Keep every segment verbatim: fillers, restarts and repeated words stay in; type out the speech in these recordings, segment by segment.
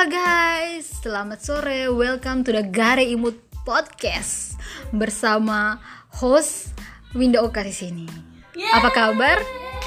guys, selamat sore. Welcome to the Gare Imut Podcast bersama host Winda Oka di sini. Apa kabar?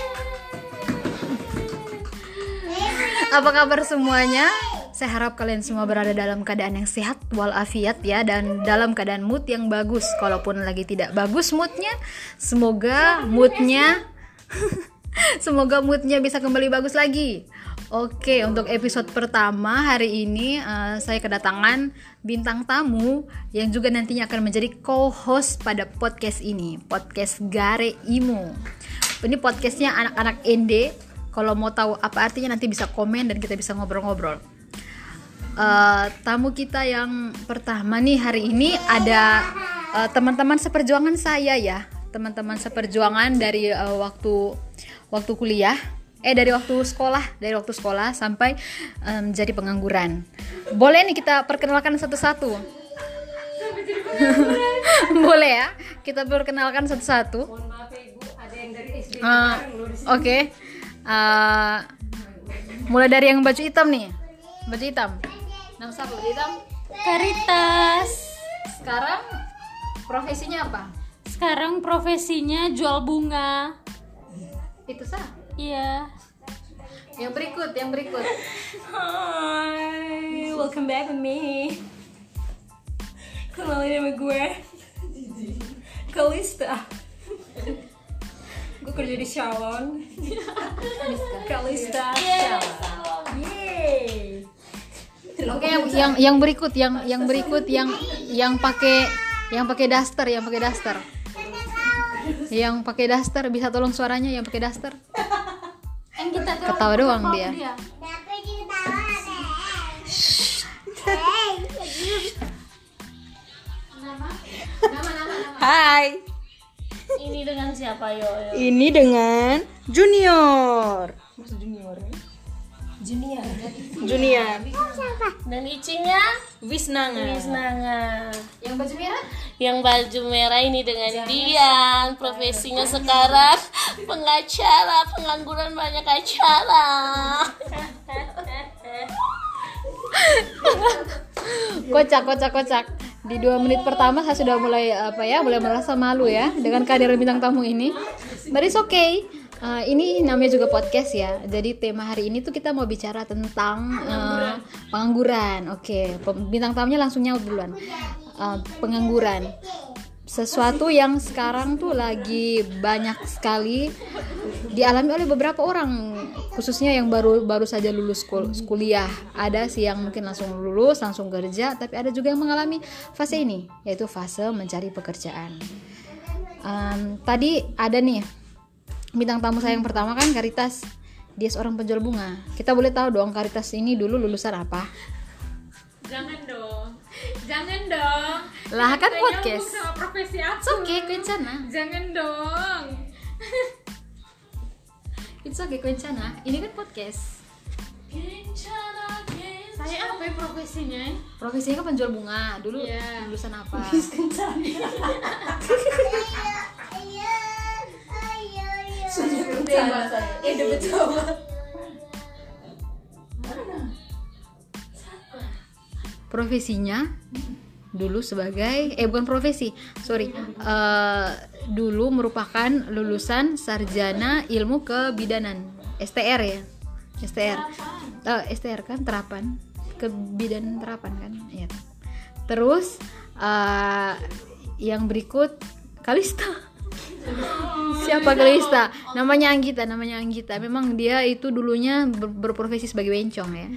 Apa kabar semuanya? Saya harap kalian semua berada dalam keadaan yang sehat walafiat ya, dan dalam keadaan mood yang bagus. Kalaupun lagi tidak bagus moodnya, semoga moodnya semoga moodnya bisa kembali bagus lagi. Oke, untuk episode pertama hari ini uh, saya kedatangan bintang tamu yang juga nantinya akan menjadi co-host pada podcast ini, podcast Gare Imo. Ini podcastnya anak-anak N D. Kalau mau tahu apa artinya nanti bisa komen dan kita bisa ngobrol-ngobrol. Uh, tamu kita yang pertama nih hari ini ada uh, teman-teman seperjuangan saya ya, teman-teman seperjuangan dari uh, waktu waktu kuliah. Eh dari waktu sekolah, dari waktu sekolah sampai um, jadi pengangguran. Boleh nih kita perkenalkan satu-satu. Boleh ya, kita perkenalkan satu-satu. Mohon maaf ya Ibu, ada yang dari S D. Uh, Oke, okay. uh, mulai dari yang baju hitam nih, baju hitam. Nama siapa baju hitam? Karitas. Sekarang profesinya apa? Sekarang profesinya jual bunga. Itu sah. Iya. Yang berikut, yang berikut. Hai, welcome back with me. Kenalin nama gue Kalista. Gue kerja di salon. Kalista Salon. Yeay. Oke, yang, yang yang berikut, yang yang berikut yang yang pakai yang pakai daster, yang pakai daster. Yang pakai daster, bisa tolong suaranya yang pakai daster? Ketawa doang dia. Hai. Ini dengan siapa yo? yo? Ini dengan Junior. Masa Junior? Junior. Junior. Dan icingnya Wisnanga. Wisnanga. Yang baju merah? Yang baju merah ini dengan Dian. Profesinya sekarang pengacara, pengangguran banyak acara. Kocak, kocak, kocak. Di dua menit pertama saya sudah mulai apa ya, mulai merasa malu ya dengan kehadiran bintang tamu ini. But it's okay. Uh, ini namanya juga podcast ya. Jadi tema hari ini tuh kita mau bicara tentang uh, pengangguran. Oke, okay. Bintang tamunya langsung nyaut duluan. Uh, pengangguran. Sesuatu yang sekarang tuh lagi banyak sekali dialami oleh beberapa orang, khususnya yang baru baru saja lulus kul- kuliah. Ada sih yang mungkin langsung lulus, langsung kerja, tapi ada juga yang mengalami fase ini, yaitu fase mencari pekerjaan. Um, tadi ada nih bintang tamu saya yang pertama kan Karitas. Dia seorang penjual bunga. Kita boleh tahu dong Karitas ini dulu lulusan apa? Jangan dong, jangan dong. Lah kan Kita podcast. nyambung sama profesi aku. It's okay, Kencana. Jangan dong. It's okay, Kencana. Ini kan podcast. Saya apa ya profesinya? Profesinya kan penjual bunga. Dulu Iya. lulusan apa? Eh, udah betul. Profesinya dulu sebagai eh bukan profesi, sorry. Uh, dulu merupakan lulusan sarjana ilmu kebidanan, S T R ya. S T R. Uh, S T R kan terapan, kebidanan terapan kan, ya. Terus uh, yang berikut Kalista. Siapa Kalista? Namanya Anggita, namanya Anggita. Memang dia itu dulunya ber- berprofesi sebagai bencong ya.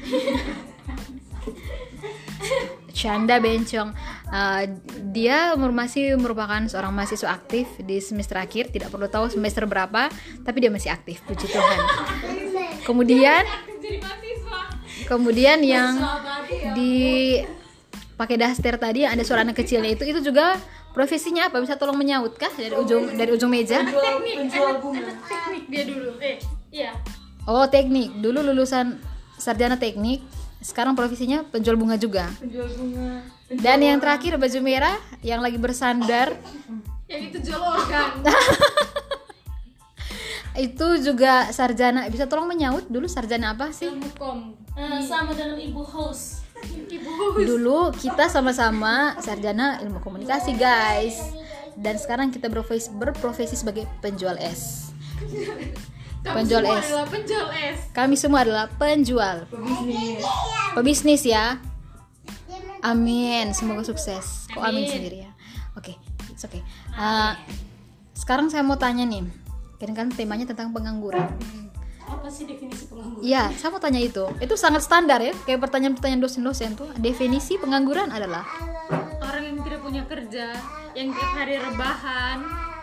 Canda bencong. Uh, dia masih merupakan seorang mahasiswa aktif di semester akhir. Tidak perlu tahu semester berapa, tapi dia masih aktif. Puji Tuhan. Kemudian, kemudian yang di pakai daster tadi yang ada suara anak kecilnya itu, itu juga profesinya apa? Bisa tolong menyaut kah dari ujung dari ujung meja? Penjual bunga. Teknik dia dulu. Eh, iya. Oh, teknik. Dulu lulusan sarjana teknik. Sekarang profesinya penjual bunga juga. Penjual bunga. Dan yang terakhir baju merah yang lagi bersandar. Yang itu jual organ. Itu juga sarjana. Bisa tolong menyaut dulu sarjana apa sih? Ilmukom. Eh, sama dengan ibu host. Dulu kita sama-sama sarjana ilmu komunikasi, guys. Dan sekarang kita berprofesi, berprofesi sebagai penjual es. Kamu Penjual semua es. adalah penjual es. Kami semua adalah penjual. Pebisnis ya. Amin, semoga sukses. Kok amin, Amin. sendiri ya? Oke, it's okay. Uh, sekarang saya mau tanya nih, kan temanya tentang pengangguran. Apa sih definisi pengangguran? Iya, saya mau tanya itu. Itu sangat standar ya, kayak pertanyaan-pertanyaan dosen-dosen tuh. Definisi pengangguran adalah Orang yang tidak punya kerja, yang tiap hari rebahan.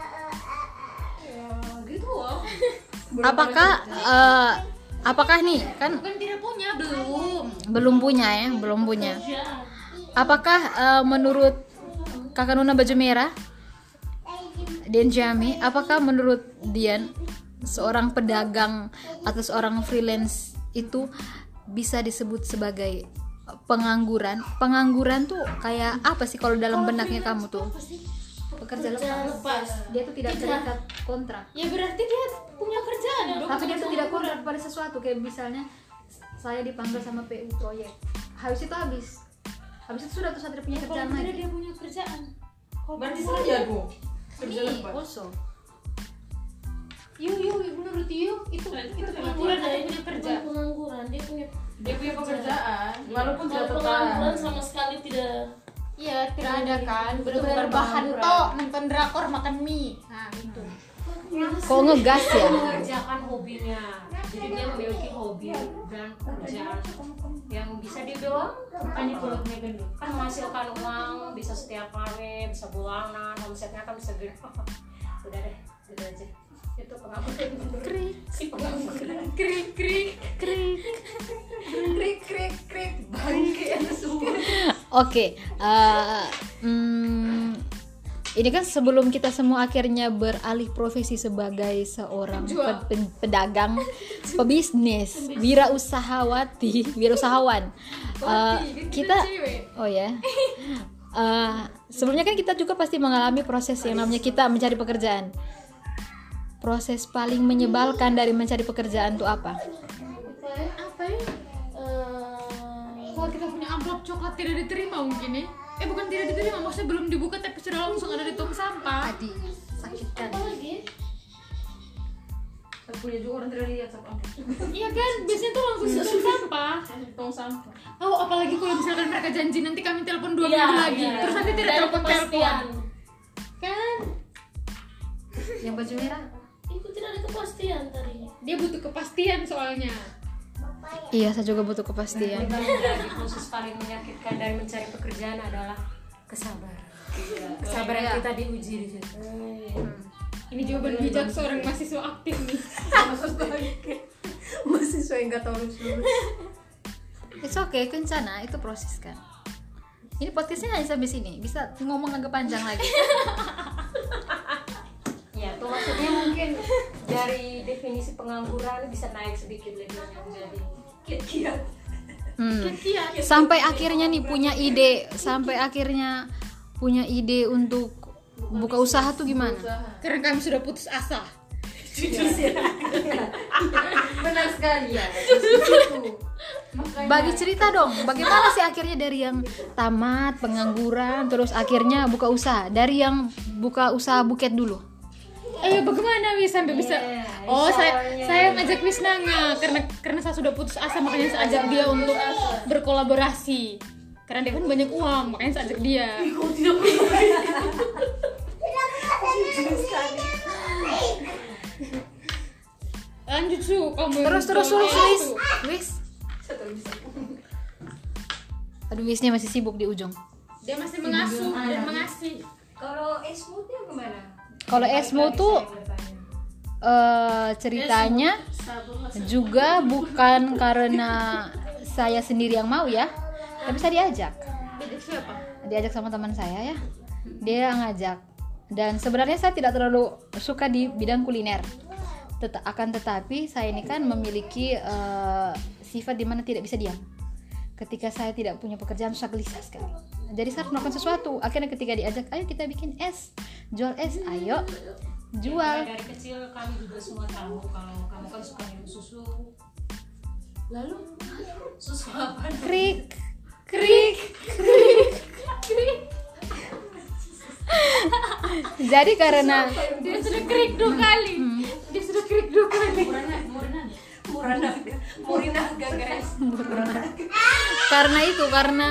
Gitu loh. apakah uh, apakah nih kan Bukan tidak punya, belum. belum punya ya, belum punya. Ya. Apakah uh, menurut Kakak Nuna Baju Merah, Dian Jami, apakah menurut Dian seorang pedagang atau seorang freelance itu bisa disebut sebagai pengangguran? Pengangguran tuh kayak apa sih kalau dalam benaknya kamu tuh? Pekerja Kerja lepas. Dia tuh tidak terikat kontrak. Ya berarti dia punya kerjaan dong. Tapi dia tuh tidak kontrak pada sesuatu, kayak misalnya saya dipanggil sama P U proyek. Habis itu habis. Habis itu sudah tuh saya tidak punya kerjaan Kalau tidak lagi. dia punya kerjaan. Berarti saja bu. Kerja Ini lepas. also. Yu yu menurut Yu itu itu pengangguran atau punya kerja? Bukan pengangguran, dia punya Dia punya pekerjaan, walaupun kalau tidak pengangguran tetap. sama sekali tidak. Iya, tidak ada kan. Benar-benar Bahan pengangguran. tok, nonton drakor, makan mie. Nah, itu. Kok ngegas ya? mengerjakan hobinya, jadi dia memiliki hobi dan pekerjaan yang bisa dibilang bukan perutnya gendut, kan menghasilkan uang bisa setiap hari, bisa bulanan, omsetnya kan bisa gede. Udah deh, gitu aja. Itu pengangguran. Krik, Si pengangguran. Krik krik krik. Krik krik krik bangke semua. Oke, eh, hmm, ini kan sebelum kita semua akhirnya beralih profesi sebagai seorang pe- pe- pedagang, pebisnis, wirausahawati, wirausahawan. Eh, kita, oh ya, Eh, sebelumnya kan kita juga pasti mengalami proses yang namanya kita mencari pekerjaan. Proses paling menyebalkan dari mencari pekerjaan itu apa? apa ya? Eh, Kalau kita punya amplop coklat tidak diterima mungkin ya. Eh bukan tidak diterima, maksudnya belum dibuka tapi sudah langsung ada di tong sampah. Adi, sakit kan? apa lagi? Saya punya juga orang tidak lihat sama Iya kan, biasanya tuh langsung di tong sampah. tong sampah. Oh, apalagi kalau misalkan mereka janji nanti kami telepon dua Iya, minggu lagi, iya. terus nanti tidak Dan telepon telepon, kepastian. kan? Yang baju merah? Itu tidak ada kepastian tadi. Dia butuh kepastian soalnya. Iya, saya juga butuh kepastian. Dibanding lagi proses paling menyakitkan dari mencari pekerjaan adalah kesabaran. Kesabaran Iya. kita diuji di situ. Ini jawaban bijak seorang mahasiswa aktif nih. Mahasiswa yang nggak tahu lulus lulus. It's okay, kencana itu proses kan. Ini podcastnya hanya sampai sini, bisa ngomong agak panjang lagi. Ya, itu maksudnya mungkin dari definisi pengangguran bisa naik sedikit lagi menjadi kiat-kiat. Hmm. Sampai akhirnya nih punya ide, sampai akhirnya punya ide untuk buka usaha tuh gimana? Karena kami sudah putus asa. Benar sekali ya. Itu. Bagi cerita dong, bagaimana sih akhirnya dari yang tamat pengangguran terus akhirnya buka usaha, dari yang buka usaha buket dulu. Eh bagaimana Wis sampai bisa? Oh saya saya ngajak Wisnanga karena karena saya sudah putus asa makanya saya ajak dia untuk berkolaborasi. Karena dia kan banyak uang makanya saya ajak dia. Lanjut su kamu. Terus terus Jawab terus itu. Wis, Wis. Aduh, Wisnya masih sibuk di ujung. Dia masih mengasuh dan mengasih. Kalau esmutnya gimana? Kalau Esmo tuh eh, ceritanya juga bukan karena saya sendiri yang mau ya, tapi saya diajak. Dia siapa? Diajak sama teman saya ya. Dia ngajak. Dan sebenarnya saya tidak terlalu suka di bidang kuliner. Tet- akan tetapi saya ini kan memiliki eh, sifat di mana tidak bisa diam. Ketika saya tidak punya pekerjaan, saya gelisah sekali. Jadi saya harus melakukan sesuatu. Akhirnya ketika diajak, ayo kita bikin es, jual es, ayo. jual. Dari kecil kami juga semua tahu kalau kamu kan suka minum susu. Lalu susu apa? Krik, krik, krik, krik. Jadi karena Dia sudah krik dua kali. Dia sudah krik dua kali. Muranaga, Murinaga guys. karena itu karena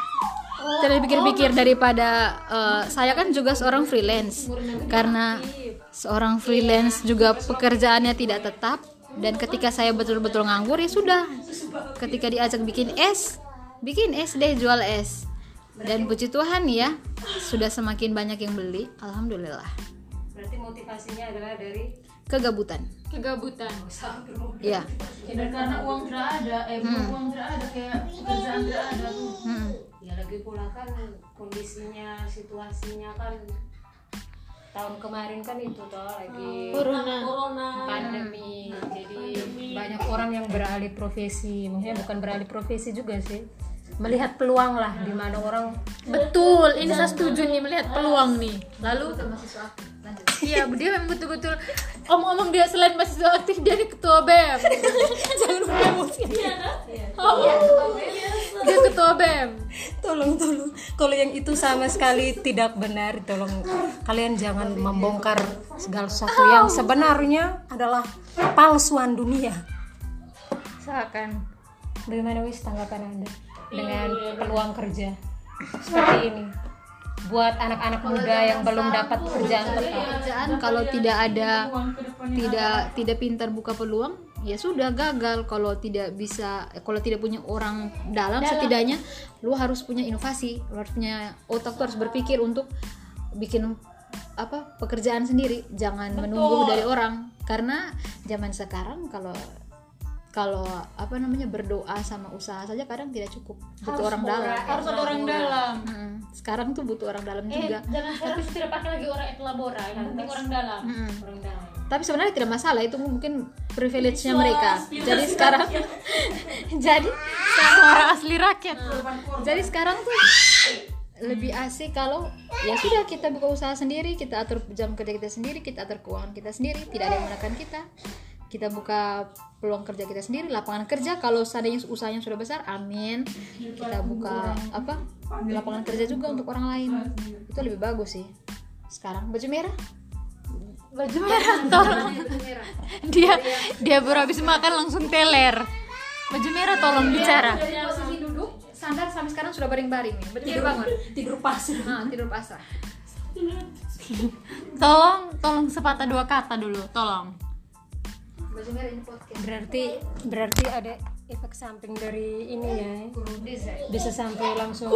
saya pikir-pikir daripada eh, saya kan juga seorang freelance, karena seorang freelance juga pekerjaannya tidak tetap, dan ketika saya betul-betul nganggur ya sudah, ketika diajak bikin es, bikin es deh, jual es, dan puji Tuhan ya sudah semakin banyak yang beli, alhamdulillah. Berarti motivasinya adalah dari Kegabutan, Kegabutan. ya. Dan karena uang tidak ada, eh bukan uang tidak ada, kayak pekerjaan tidak ada tuh. Hmm. ya lagi pula kan kondisinya, situasinya kan tahun kemarin kan itu toh lagi Corona. Corona. pandemi. Jadi banyak orang yang beralih profesi, maksudnya bukan beralih profesi juga sih, melihat peluang lah di mana orang. Betul, ini saya setuju nih, melihat peluang nih. Lalu iya, dia memang betul-betul omong-omong, dia selain mahasiswa aktif, dia nih ketua B E M. Jangan lupa emosi. Oh, dia ketua B E M. Tolong, tolong. Kalau yang itu sama sekali tidak benar, tolong kalian jangan membongkar segala sesuatu yang sebenarnya adalah palsuan dunia. Seakan. Bagaimana wis tanggapan Anda dengan peluang kerja seperti ini buat anak-anak muda yang belum dapat pekerjaan tetap? Pekerjaan kalau tidak ada, tidak tidak pintar buka peluang, ya sudah gagal. Kalau tidak bisa, kalau tidak punya orang dalam, setidaknya lu harus punya inovasi, lu harus punya otak, tuh harus berpikir untuk bikin apa pekerjaan sendiri, jangan menunggu dari orang. Karena zaman sekarang kalau kalau apa namanya berdoa sama usaha saja kadang tidak cukup, butuh orang dalam. Harus ada orang dalam. Mm, sekarang tuh butuh orang dalam Eh, juga. jangan sekarang tidak pakai lagi orang et labora, yang penting orang dalam. Mm. Orang dalam. Tapi sebenarnya tidak masalah, itu mungkin privilege-nya mereka. Jadi sekarang jadi Suara asli rakyat. jadi sekarang tuh lebih asik kalau ya sudah kita buka usaha sendiri, kita atur jam kerja kita sendiri, kita atur keuangan kita sendiri, tidak ada yang menekan kita. Kita buka peluang kerja kita sendiri, lapangan kerja kalau seandainya usahanya sudah besar, amin. Kita buka apa? Lapangan kerja juga untuk orang lain. Itu lebih bagus sih. Sekarang baju merah. Baju merah, tolong. Dia dia baru habis makan langsung teler. Baju merah, tolong bicara. Dari posisi duduk, sandar sampai sekarang sudah baring-baring nih. Betul bangun. Tidur pasir. Nah, tidur pasrah. Tolong, tolong sepatah dua kata dulu, tolong. Baju merah ini podcast. Berarti berarti ada efek samping dari ini ya. Bisa sampai langsung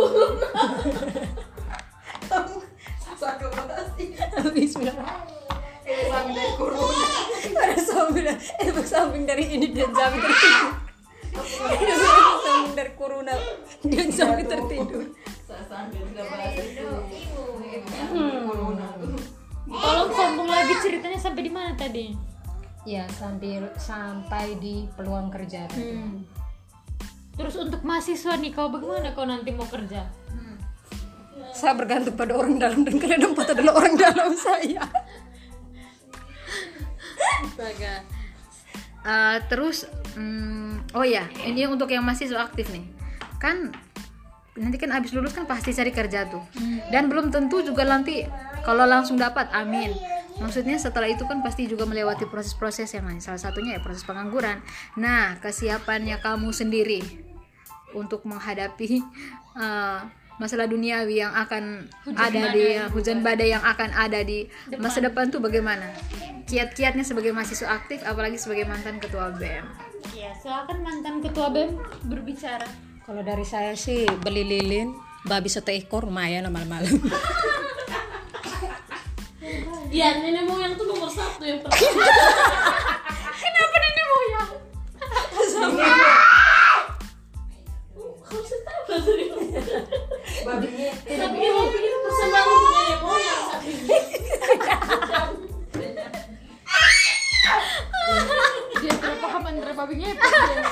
Bismillah. Eh sampai dari corona. Ada samping efek samping dari ini dan sampai tertidur. Efek samping dari corona dan sampai tertidur. Sampai tidak bahas itu. Corona. Tolong sambung lagi ceritanya, sampai di mana tadi? Ya, sampai sampai di peluang kerja. Hmm. Terus untuk mahasiswa nih, kau bagaimana kau nanti mau kerja? Saya bergantung pada orang dalam dan kalian empat adalah orang dalam saya. Astaga. Uh, terus mm, oh ya, ini untuk yang mahasiswa aktif nih. Kan nanti kan abis lulus kan pasti cari kerja tuh. Dan belum tentu juga nanti kalau langsung dapat, amin. Maksudnya setelah itu kan pasti juga melewati proses-proses yang lain. Salah satunya ya proses pengangguran. Nah, kesiapannya kamu sendiri untuk menghadapi uh, masalah duniawi yang akan hujan ada badai. di hujan badai yang akan ada di depan. Masa depan tuh bagaimana? Kiat-kiatnya sebagai mahasiswa aktif, apalagi sebagai mantan ketua B E M. Ya, silakan mantan ketua B E M berbicara. Kalau dari saya sih beli lilin, babi satu ekor lumayan malam-malam. Iya, nenek moyang tuh nomor satu yang pertama. Kenapa nenek moyang? Babinya Tapi emang begitu persembahan untuk nenek moyang. Dia tidak paham antara babi ngepet.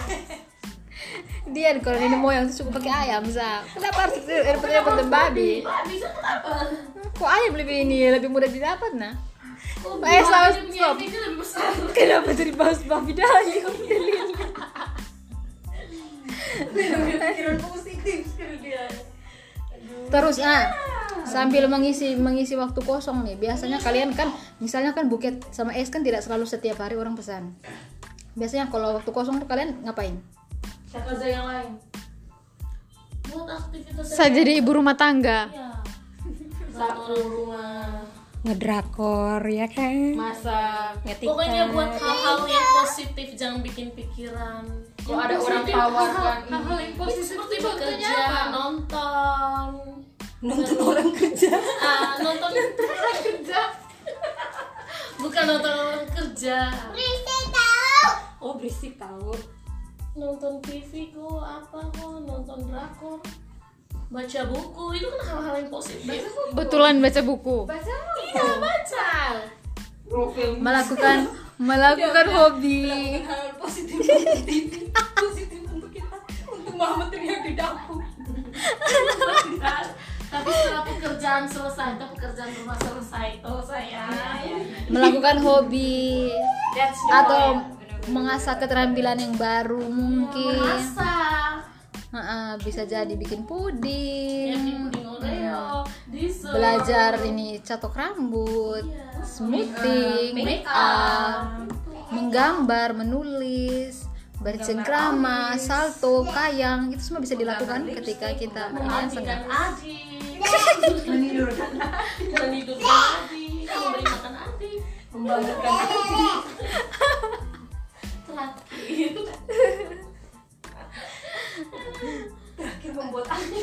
Dia kalau nenek moyang tuh suka pakai ayam, sa. Kenapa harus repot-repot dan babi? Bisa kenapa? Kok ayam lebih ini lebih mudah didapat nah? Eh, stop, Dia punya stop. efeknya lebih besar. Kenapa jadi bahas Buffy Dali? Pikiran positif sekali dia. Terus ah, sambil mengisi mengisi waktu kosong nih, biasanya kalian kan, misalnya kan buket sama es kan tidak selalu setiap hari orang pesan. Biasanya kalau waktu kosong tuh kalian ngapain? Saya kerja yang lain. Buat aktivitas Saya jadi ibu rumah tangga. ya. Satu orang rumah. Ngedrakor ya kan? Masak. Pokoknya buat hal-hal yang positif, jangan bikin pikiran. Kalau ada orang tawarkan ini. Hal-hal yang positif Seperti itu contohnya bekerja, apa? nonton, Nonton orang kerja. ah, nonton Kerja. bukan nonton orang kerja, Oh berisik tahu. nonton T V kok, apa kok, nonton drakor, baca buku, itu kan hal-hal yang positif. Betulan baca buku. Iya, baca. Profil Melakukan melakukan hobi. hal positif positif positif untuk kita, untuk Muhammad yang di dapur. Tapi setelah pekerjaan selesai, atau pekerjaan rumah selesai, oh saya Melakukan hobi That's the atau point. mengasah keterampilan yang baru mungkin. masak, Heeh, bisa jadi bikin ya puding, bikin Oreo, dessert, belajar ini catok rambut, smoothing, make up, menggambar, menulis, bercengkrama, salto, kayang, itu semua bisa dilakukan ketika kita ini adik senggang. dan adik, Menidurkan, menidurkan adik, memberi makan adik, membanggakan hati. terakhir Terakhir membuat adik.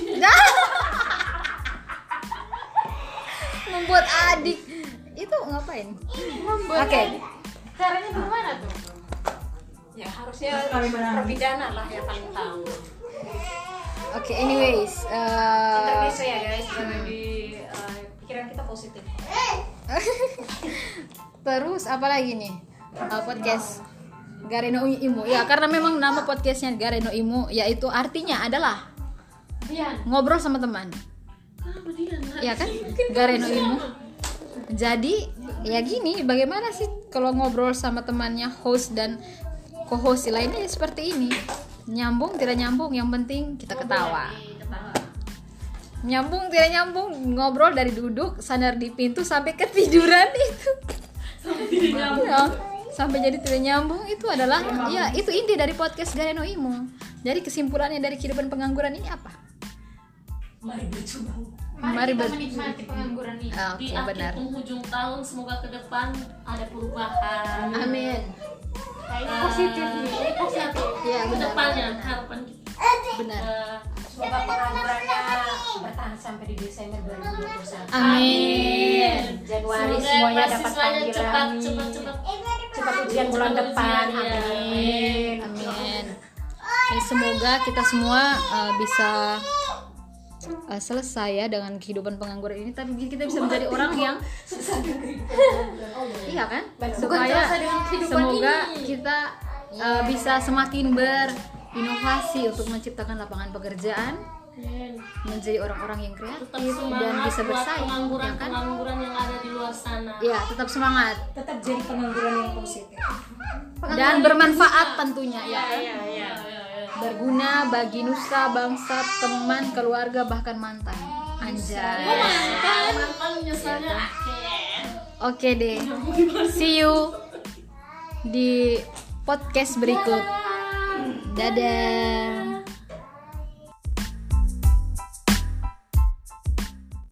Membuat adik itu ngapain? Oke, Caranya gimana tuh? Ya harusnya terpidana lah yang paling tahu. oke, anyways, eh, Bisa ya guys, karena di eh, pikiran kita positif. terus apa lagi nih? Eh, podcast Gareno Imo. Ya, karena memang nama podcastnya Gareno Imo, yaitu artinya adalah Dian. ngobrol sama teman. kenapa dia Ya kan? Gareno Imo. Jadi, ya gini, bagaimana sih kalau ngobrol sama temannya, host dan co-host lainnya ya seperti ini. Nyambung tidak nyambung, yang penting kita ketawa. Nyambung tidak nyambung, ngobrol dari duduk, sandar di pintu sampai ketiduran itu. Ya, sampai jadi tidak nyambung itu adalah ya itu inti dari podcast Gareno Imo. Jadi kesimpulannya dari kehidupan pengangguran ini apa? Mari berjuang. Mari kita ber- menikmati pengangguran ini. Ah, di Oke, akhir benar. penghujung tahun semoga ke depan ada perubahan. Amin. Kayaknya positif nih. Ini positif. Ya, Ke benar. depannya harapan kita. Benar. Eh, Semoga penganggurannya bertahan sampai di Desember dua ribu dua puluh satu. Amin. Januari semoga semuanya dapat mahasiswanya panggilan. cepat cepat cepat Cepat ujian bulan Cepat depan. ujian, ya. Amin. Amin. Ya, semoga kita semua uh, bisa uh, selesai ya dengan kehidupan pengangguran ini, tapi kita bisa menjadi orang yang iya kan? Supaya selesai dengan kehidupan semoga ini. kita uh, bisa semakin berinovasi untuk menciptakan lapangan pekerjaan, menjadi orang-orang yang tetap kreatif dan semangat bisa buat bersaing, pengangguran ya kan? pengangguran yang ada di luar sana. Ya, tetap semangat Tetap jadi pengangguran yang positif. dan bermanfaat tentunya ya kan? Iya, iya, iya. Berguna bagi nusa, bangsa, teman, keluarga, bahkan mantan. Anjay. Mantan nyesalnya akhir. Oke deh. See you di podcast berikut. Dadah.